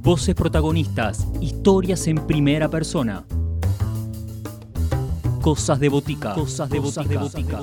Voces protagonistas, historias en primera persona. Cosas de botica. Cosas de botica.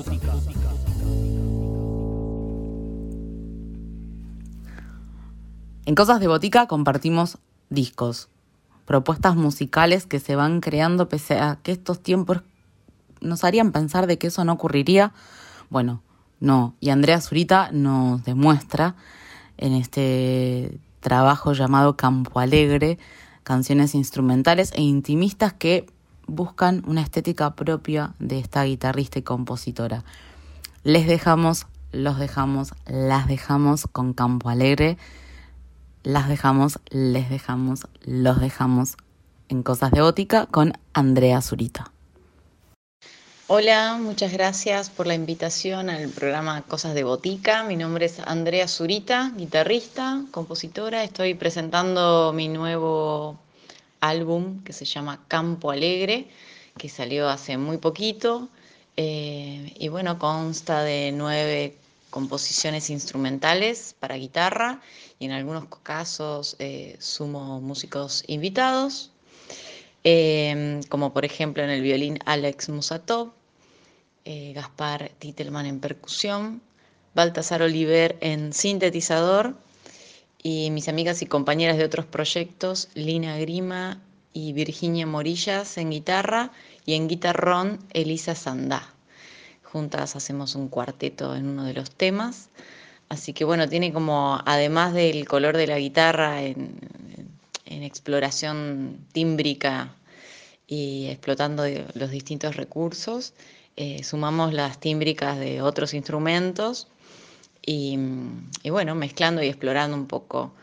En Cosas de Botica compartimos discos, propuestas musicales que se van creando pese a que estos tiempos nos harían pensar de que eso no ocurriría. Bueno, no. Y Andrea Zurita nos demuestra en este trabajo llamado Campo Alegre, canciones instrumentales e intimistas que buscan una estética propia de esta guitarrista y compositora. Les dejamos, las dejamos con Campo Alegre. Las dejamos, les dejamos, los dejamos en Cosas de Botica con Andrea Zurita. Hola, muchas gracias por la invitación al programa Cosas de Botica. Mi nombre es Andrea Zurita, guitarrista, compositora. Estoy presentando mi nuevo álbum que se llama Campo Alegre, que salió hace muy poquito. Y bueno, consta de 9 composiciones instrumentales para guitarra y en algunos casos sumo músicos invitados, como por ejemplo en el violín Alex Musatov, Gaspar Titelman en percusión, Baltasar Oliver en sintetizador y mis amigas y compañeras de otros proyectos, Lina Grima y Virginia Morillas en guitarra y en guitarrón Elisa Sandá. Juntas hacemos un cuarteto en uno de los temas. Así que bueno, tiene como, además del color de la guitarra en exploración tímbrica y explotando los distintos recursos, sumamos las tímbricas de otros instrumentos y bueno, mezclando y explorando un poco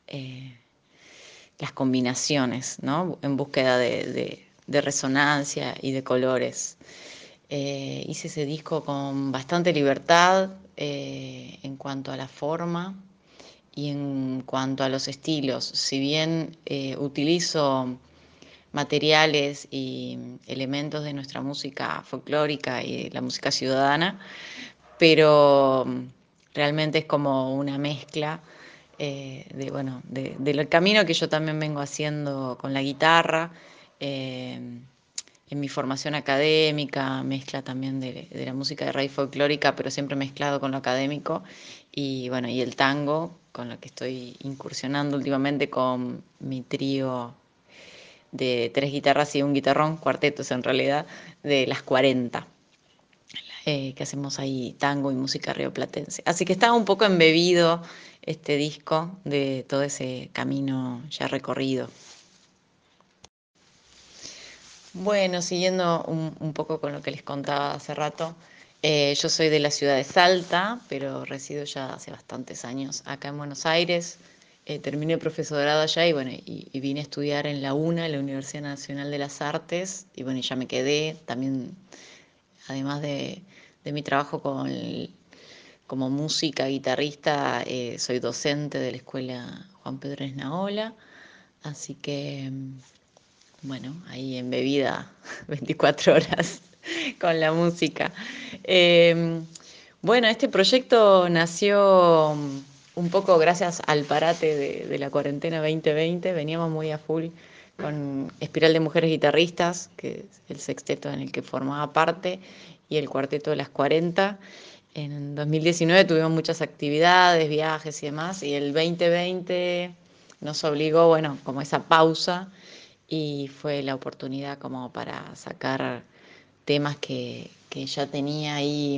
las combinaciones, ¿no? En búsqueda de resonancia y de colores. Hice ese disco con bastante libertad en cuanto a la forma y en cuanto a los estilos. Si bien utilizo materiales y elementos de nuestra música folclórica y la música ciudadana, pero realmente es como una mezcla del camino que yo también vengo haciendo con la guitarra, en mi formación académica, mezcla también de la música de raíz folclórica, pero siempre mezclado con lo académico, y bueno, y el tango, con lo que estoy incursionando últimamente con mi trío de 3 guitarras y un guitarrón, cuartetos en realidad, de las 40, que hacemos ahí tango y música rioplatense. Así que está un poco embebido este disco de todo ese camino ya recorrido. Bueno, siguiendo un poco con lo que les contaba hace rato, yo soy de la ciudad de Salta, pero resido ya hace bastantes años acá en Buenos Aires. Terminé profesorado allá y bueno, y vine a estudiar en la UNA, la Universidad Nacional de las Artes, y bueno, ya me quedé. También, además de mi trabajo como música, guitarrista, soy docente de la escuela Juan Pedro Esnaola, así que bueno, ahí embebida 24 horas con la música. Bueno, este proyecto nació un poco gracias al parate de la cuarentena 2020. Veníamos muy a full con Espiral de Mujeres Guitarristas, que es el sexteto en el que formaba parte, y el cuarteto de las 40. En 2019 tuvimos muchas actividades, viajes y demás, y el 2020 nos obligó, bueno, como esa pausa, y fue la oportunidad como para sacar temas que ya tenía ahí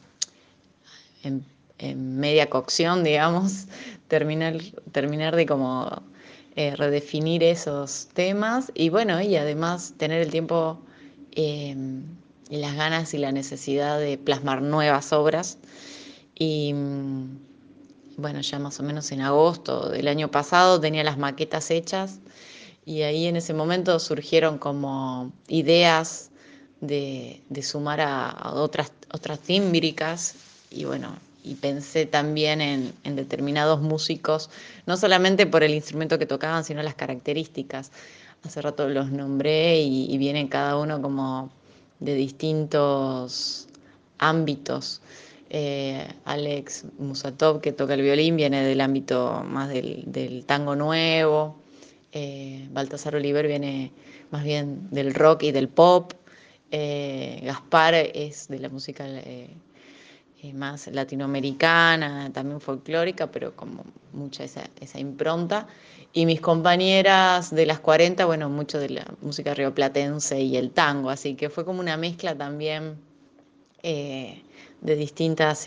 en media cocción, digamos, terminar de como redefinir esos temas y bueno, y además tener el tiempo y las ganas y la necesidad de plasmar nuevas obras. Y bueno, ya más o menos en agosto del año pasado tenía las maquetas hechas. Y ahí en ese momento surgieron como ideas de sumar a otras tímbricas y bueno, y pensé también en determinados músicos, no solamente por el instrumento que tocaban, sino las características. Hace rato los nombré y vienen cada uno como de distintos ámbitos. Alex Musatov, que toca el violín, viene del ámbito más del tango nuevo. Baltasar Oliver viene más bien del rock y del pop. Gaspar es de la música más latinoamericana, también folclórica, pero como mucha esa impronta. Y mis compañeras de las 40, bueno, mucho de la música rioplatense y el tango, así que fue como una mezcla también de distintas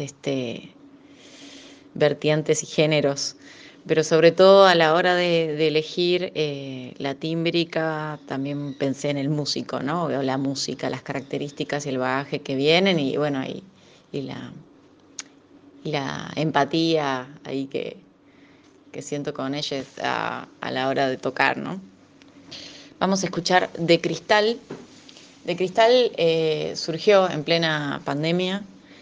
vertientes y géneros. Pero sobre todo a la hora de elegir la tímbrica, también pensé en el músico, ¿no? O la música, las características y el bagaje que vienen y bueno, y la empatía ahí que siento con ellos a la hora de tocar, ¿no? Vamos a escuchar De Cristal. De Cristal surgió en plena pandemia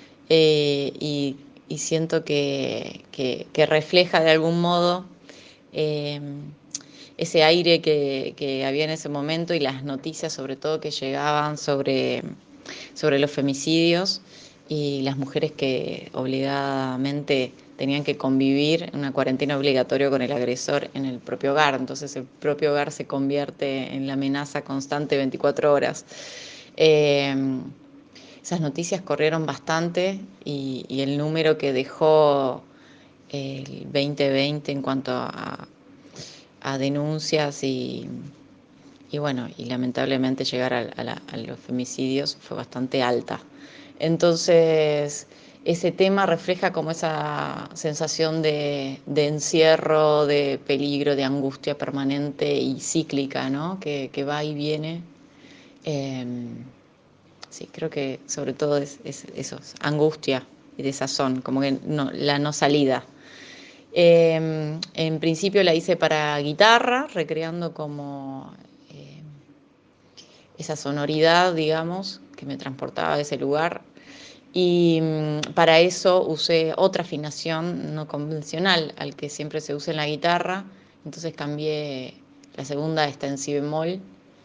y siento que refleja de algún modo eh, ese aire que había en ese momento y las noticias sobre todo que llegaban sobre los femicidios y las mujeres que obligadamente tenían que convivir en una cuarentena obligatoria con el agresor en el propio hogar. Entonces el propio hogar se convierte en la amenaza constante 24 horas. Eh, Esas noticias corrieron bastante y el número que dejó el 2020 en cuanto a denuncias y bueno, y lamentablemente llegar a los femicidios fue bastante alta. Entonces, ese tema refleja como esa sensación de encierro, de peligro, de angustia permanente y cíclica, ¿no? Que va y viene. Eh, sí, creo que sobre todo es eso, angustia y desazón, como que la no salida. En principio la hice para guitarra, recreando como esa sonoridad, digamos, que me transportaba a ese lugar. Y para eso usé otra afinación no convencional al que siempre se usa en la guitarra. Entonces cambié la segunda está en si bemol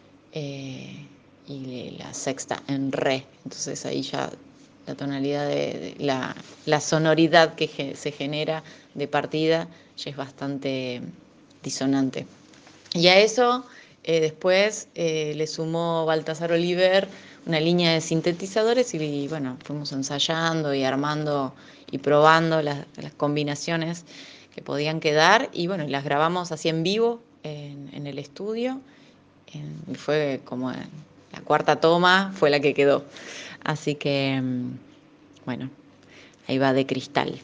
y la sexta en re. Entonces ahí ya la tonalidad la sonoridad que se genera de partida ya es bastante disonante. Y a eso después le sumó Baltasar Oliver una línea de sintetizadores y bueno, fuimos ensayando y armando y probando las combinaciones que podían quedar y bueno, las grabamos así en vivo en el estudio y fue como la cuarta toma fue la que quedó. Así que bueno, ahí va De Cristal.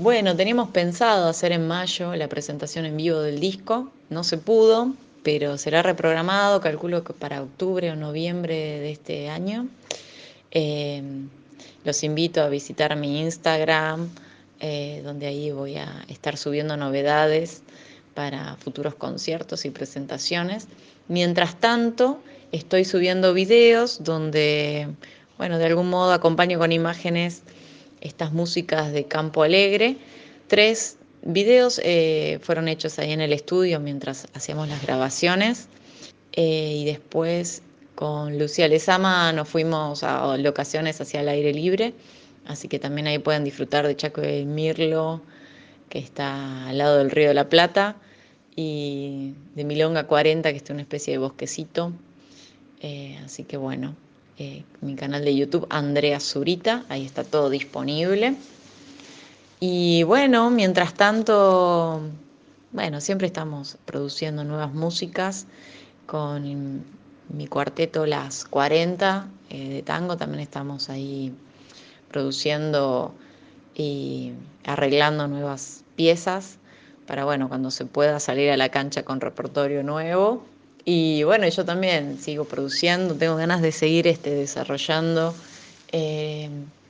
Bueno, teníamos pensado hacer en mayo la presentación en vivo del disco, no se pudo, pero será reprogramado, calculo que para octubre o noviembre de este año. Eh, los invito a visitar mi Instagram, donde ahí voy a estar subiendo novedades para futuros conciertos y presentaciones. Mientras tanto, estoy subiendo videos donde, bueno, de algún modo acompaño con imágenes estas músicas de Campo Alegre. 3 videos fueron hechos ahí en el estudio mientras hacíamos las grabaciones. Y después con Lucía Lezama nos fuimos a locaciones hacia el aire libre, así que también ahí pueden disfrutar de Chaco del Mirlo, que está al lado del Río de la Plata, y de Milonga 40, que está una especie de bosquecito. Así que bueno, mi canal de YouTube, Andrea Zurita, ahí está todo disponible. Y bueno, mientras tanto, bueno, siempre estamos produciendo nuevas músicas con mi cuarteto Las 40 de tango. También estamos ahí produciendo y arreglando nuevas piezas para, bueno, cuando se pueda salir a la cancha con repertorio nuevo. Y bueno, yo también sigo produciendo, tengo ganas de seguir desarrollando eh,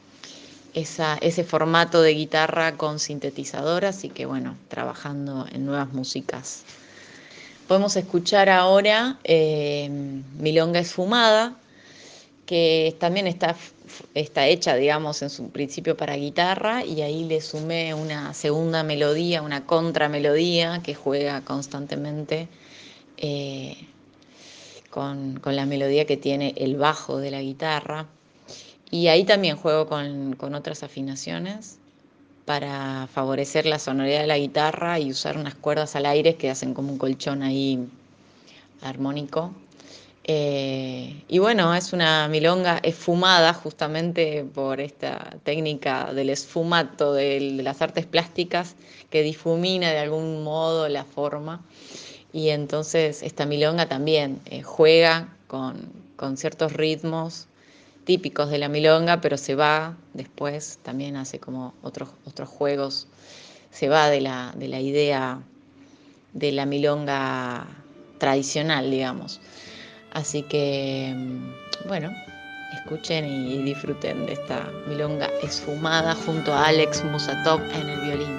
ese formato de guitarra con sintetizador, así que bueno, trabajando en nuevas músicas. Podemos escuchar ahora Milonga Esfumada, que también está hecha, digamos, en su principio para guitarra, y ahí le sumé una segunda melodía, una contramelodía que juega constantemente eh, con la melodía que tiene el bajo de la guitarra. Y ahí también juego con otras afinaciones para favorecer la sonoridad de la guitarra y usar unas cuerdas al aire que hacen como un colchón ahí armónico. Y bueno, es una milonga esfumada justamente por esta técnica del esfumato de las artes plásticas que difumina de algún modo la forma. Y entonces esta milonga también juega con ciertos ritmos típicos de la milonga, pero se va después, también hace como otros juegos, se va de la idea de la milonga tradicional, digamos. Así que, bueno, escuchen y disfruten de esta milonga esfumada junto a Alex Musatov en el violín.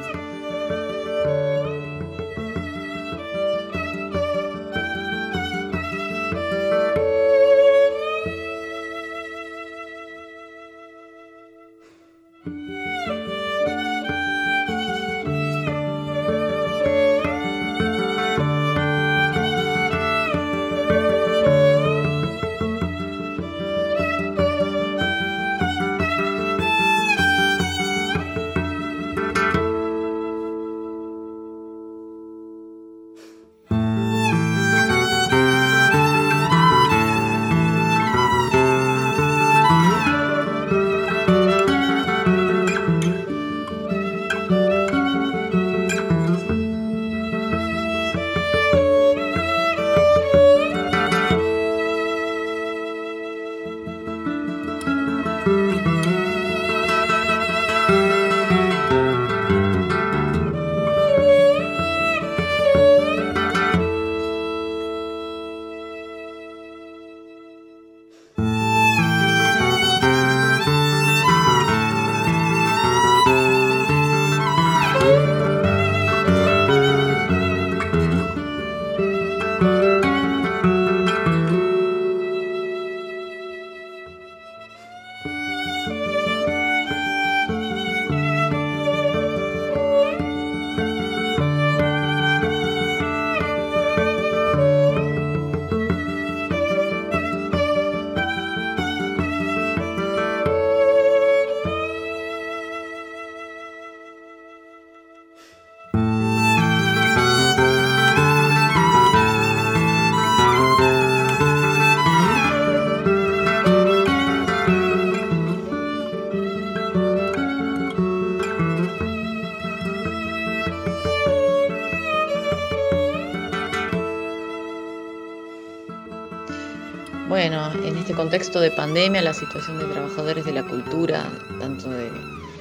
Bueno, en este contexto de pandemia, la situación de trabajadores de la cultura, tanto de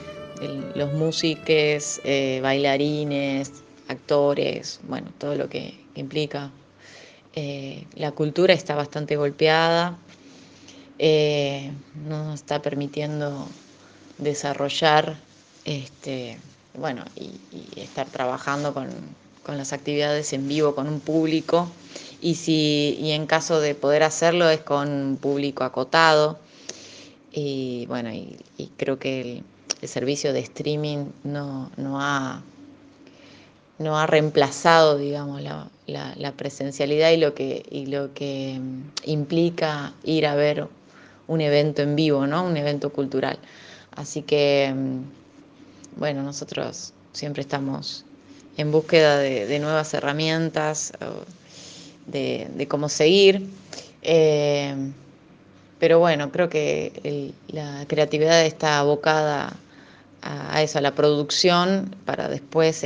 los músicos, bailarines, actores, bueno, todo lo que implica. La cultura está bastante golpeada, no nos está permitiendo desarrollar, bueno, y estar trabajando con las actividades en vivo, con un público, y en caso de poder hacerlo es con un público acotado, y bueno, y creo que el servicio de streaming no ha reemplazado, digamos, la presencialidad y lo que implica ir a ver un evento en vivo, ¿no? Un evento cultural. Así que, bueno, nosotros siempre estamos en búsqueda de nuevas herramientas, de cómo seguir. Eh, pero bueno, creo que la creatividad está abocada a eso, a la producción, para después,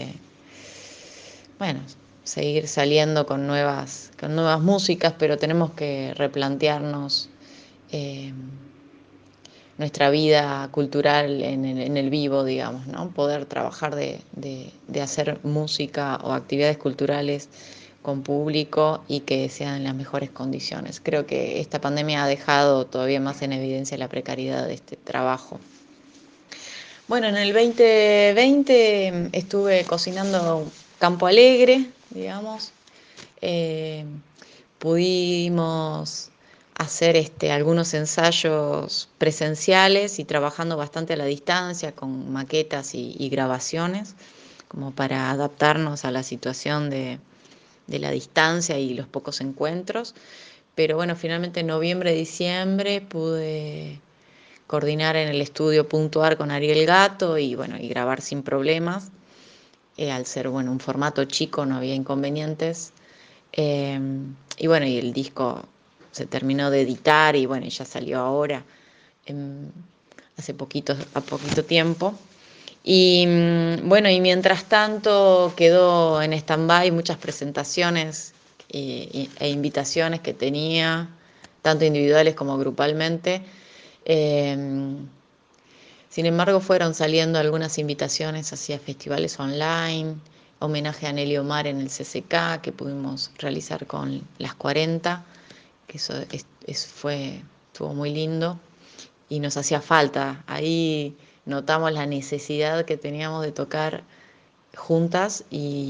bueno, seguir saliendo con nuevas músicas, pero tenemos que replantearnos eh, nuestra vida cultural en el vivo, digamos, ¿no? Poder trabajar de hacer música o actividades culturales con público y que sean en las mejores condiciones. Creo que esta pandemia ha dejado todavía más en evidencia la precariedad de este trabajo. Bueno, en el 2020 estuve cocinando Campo Alegre, digamos. Eh, Pudimos hacer algunos ensayos presenciales y trabajando bastante a la distancia con maquetas y grabaciones, como para adaptarnos a la situación de la distancia y los pocos encuentros. Pero bueno, finalmente en noviembre, diciembre pude coordinar en el estudio Puntuar con Ariel Gato y bueno, y grabar sin problemas. Al ser bueno, un formato chico no había inconvenientes. Eh, y bueno, y el disco se terminó de editar y bueno, ya salió ahora, em, a poquito tiempo. Y bueno, y mientras tanto quedó en stand-by muchas presentaciones e invitaciones que tenía, tanto individuales como grupalmente. Em, Sin embargo, fueron saliendo algunas invitaciones hacia festivales online, homenaje a Nelly Omar en el CCK que pudimos realizar con las 40, que eso estuvo muy lindo y nos hacía falta. Ahí notamos la necesidad que teníamos de tocar juntas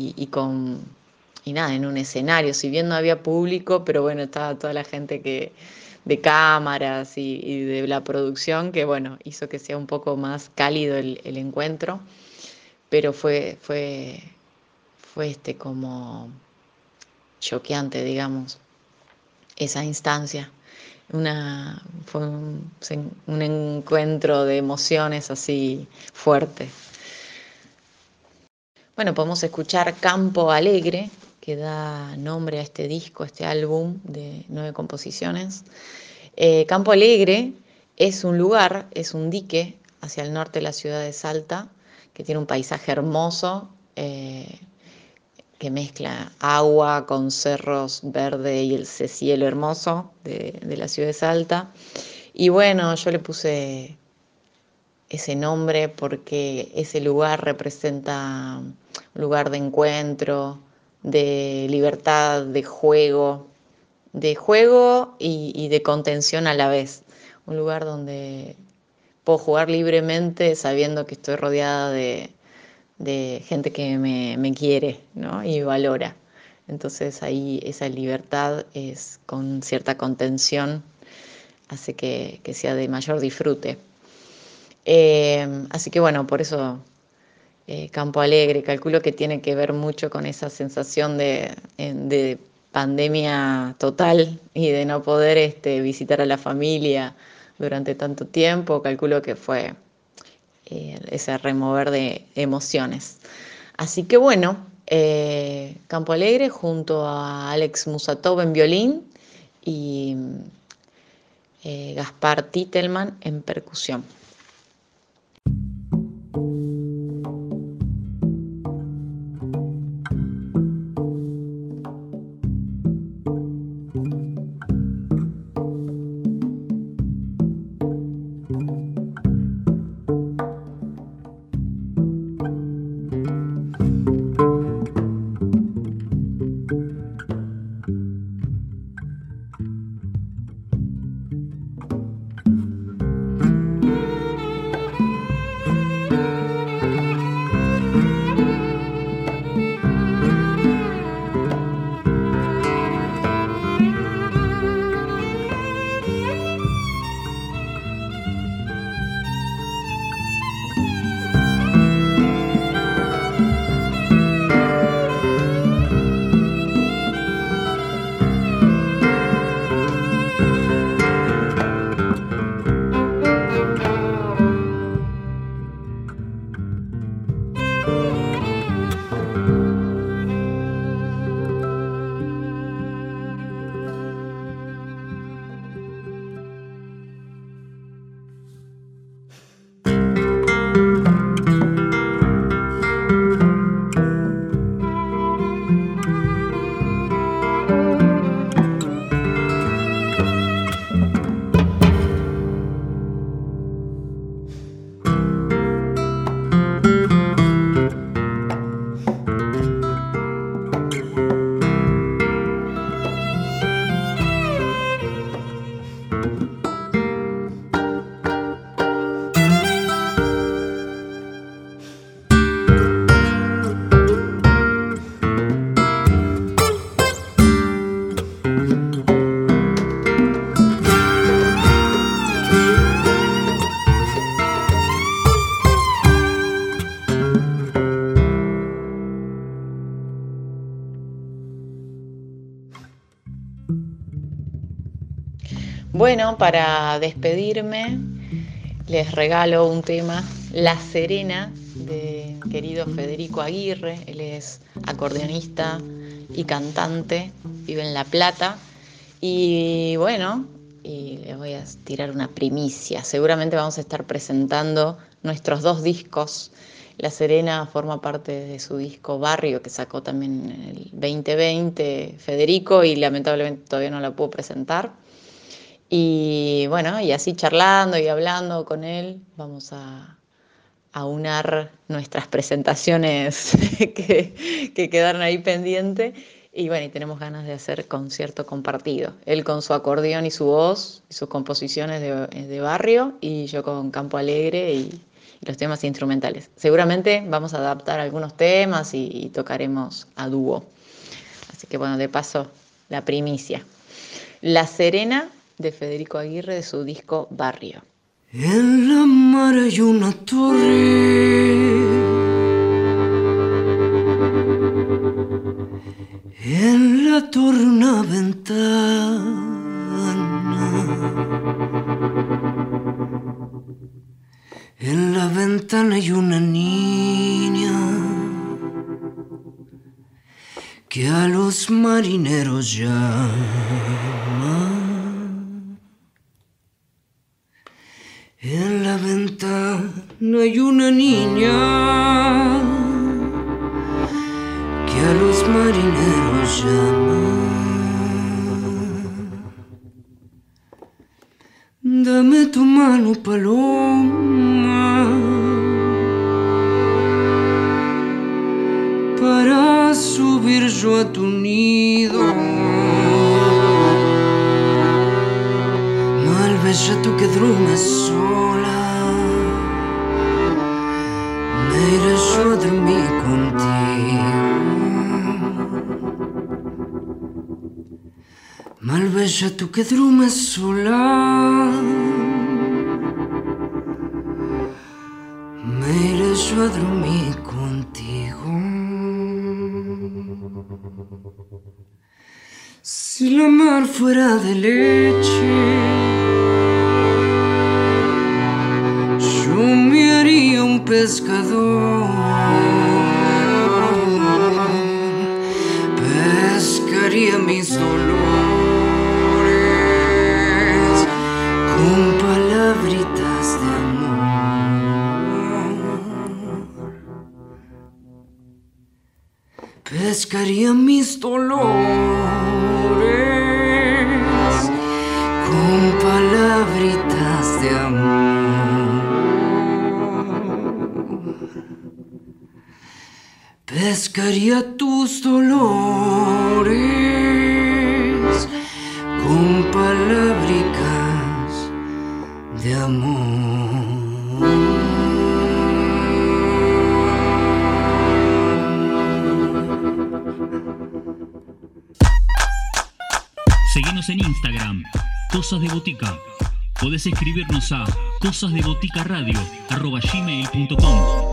y nada, en un escenario, si bien no había público, pero bueno, estaba toda la gente de cámaras y de la producción, que bueno, hizo que sea un poco más cálido el encuentro, pero fue como choqueante, digamos, esa instancia. Fue un encuentro de emociones así fuerte. Bueno, podemos escuchar Campo Alegre, que da nombre a este disco, a este álbum de 9 composiciones. Campo Alegre es un lugar, es un dique hacia el norte de la ciudad de Salta, que tiene un paisaje hermoso, que mezcla agua con cerros verde y ese cielo hermoso de la ciudad de Salta. Y bueno, yo le puse ese nombre porque ese lugar representa un lugar de encuentro, de libertad, de juego y de contención a la vez. Un lugar donde puedo jugar libremente sabiendo que estoy rodeada de gente que me quiere, ¿no? Y valora. Entonces ahí esa libertad es con cierta contención, hace que sea de mayor disfrute. Así que bueno, por eso Campo Alegre, calculo que tiene que ver mucho con esa sensación de pandemia total y de no poder visitar a la familia durante tanto tiempo, calculo que fue ese remover de emociones. Así que bueno, Campo Alegre junto a Alex Musatov en violín y Gaspar Titelman en percusión. Bueno, para despedirme les regalo un tema, La Serena, de querido Federico Aguirre. Él es acordeonista y cantante, vive en La Plata. Y bueno, y les voy a tirar una primicia. Seguramente vamos a estar presentando nuestros 2 discos. La Serena forma parte de su disco Barrio, que sacó también en el 2020 Federico, y lamentablemente todavía no la pudo presentar. Y bueno, y así charlando y hablando con él, vamos a aunar nuestras presentaciones que quedaron ahí pendientes. Y bueno, y tenemos ganas de hacer concierto compartido. Él con su acordeón y su voz, y sus composiciones de barrio, y yo con Campo Alegre y los temas instrumentales. Seguramente vamos a adaptar algunos temas y tocaremos a dúo. Así que bueno, de paso, la primicia. La Serena, de Federico Aguirre, de su disco Barrio. En la mar hay una torre, en la torre una ventana, en la ventana hay una niña que a los marineros llama. En la ventana hay una niña que a los marineros llama. Dame tu mano, paloma, para subir yo a tu nido. Malvesa tú que duermes sola, me iré yo a dormir contigo. Malvesa tú que duermes sola, me iré yo a dormir contigo. Si la mar fuera de leche, yo me haría un pescador, pescaría mis dolores con palabritas de amor. Pescaría mis dolores con palabritas de amor. Pescaría tus dolores con palabricas de amor. Seguinos en Instagram, Cosas de Botica. Podés escribirnos a cosasdeboticaradio@gmail.com.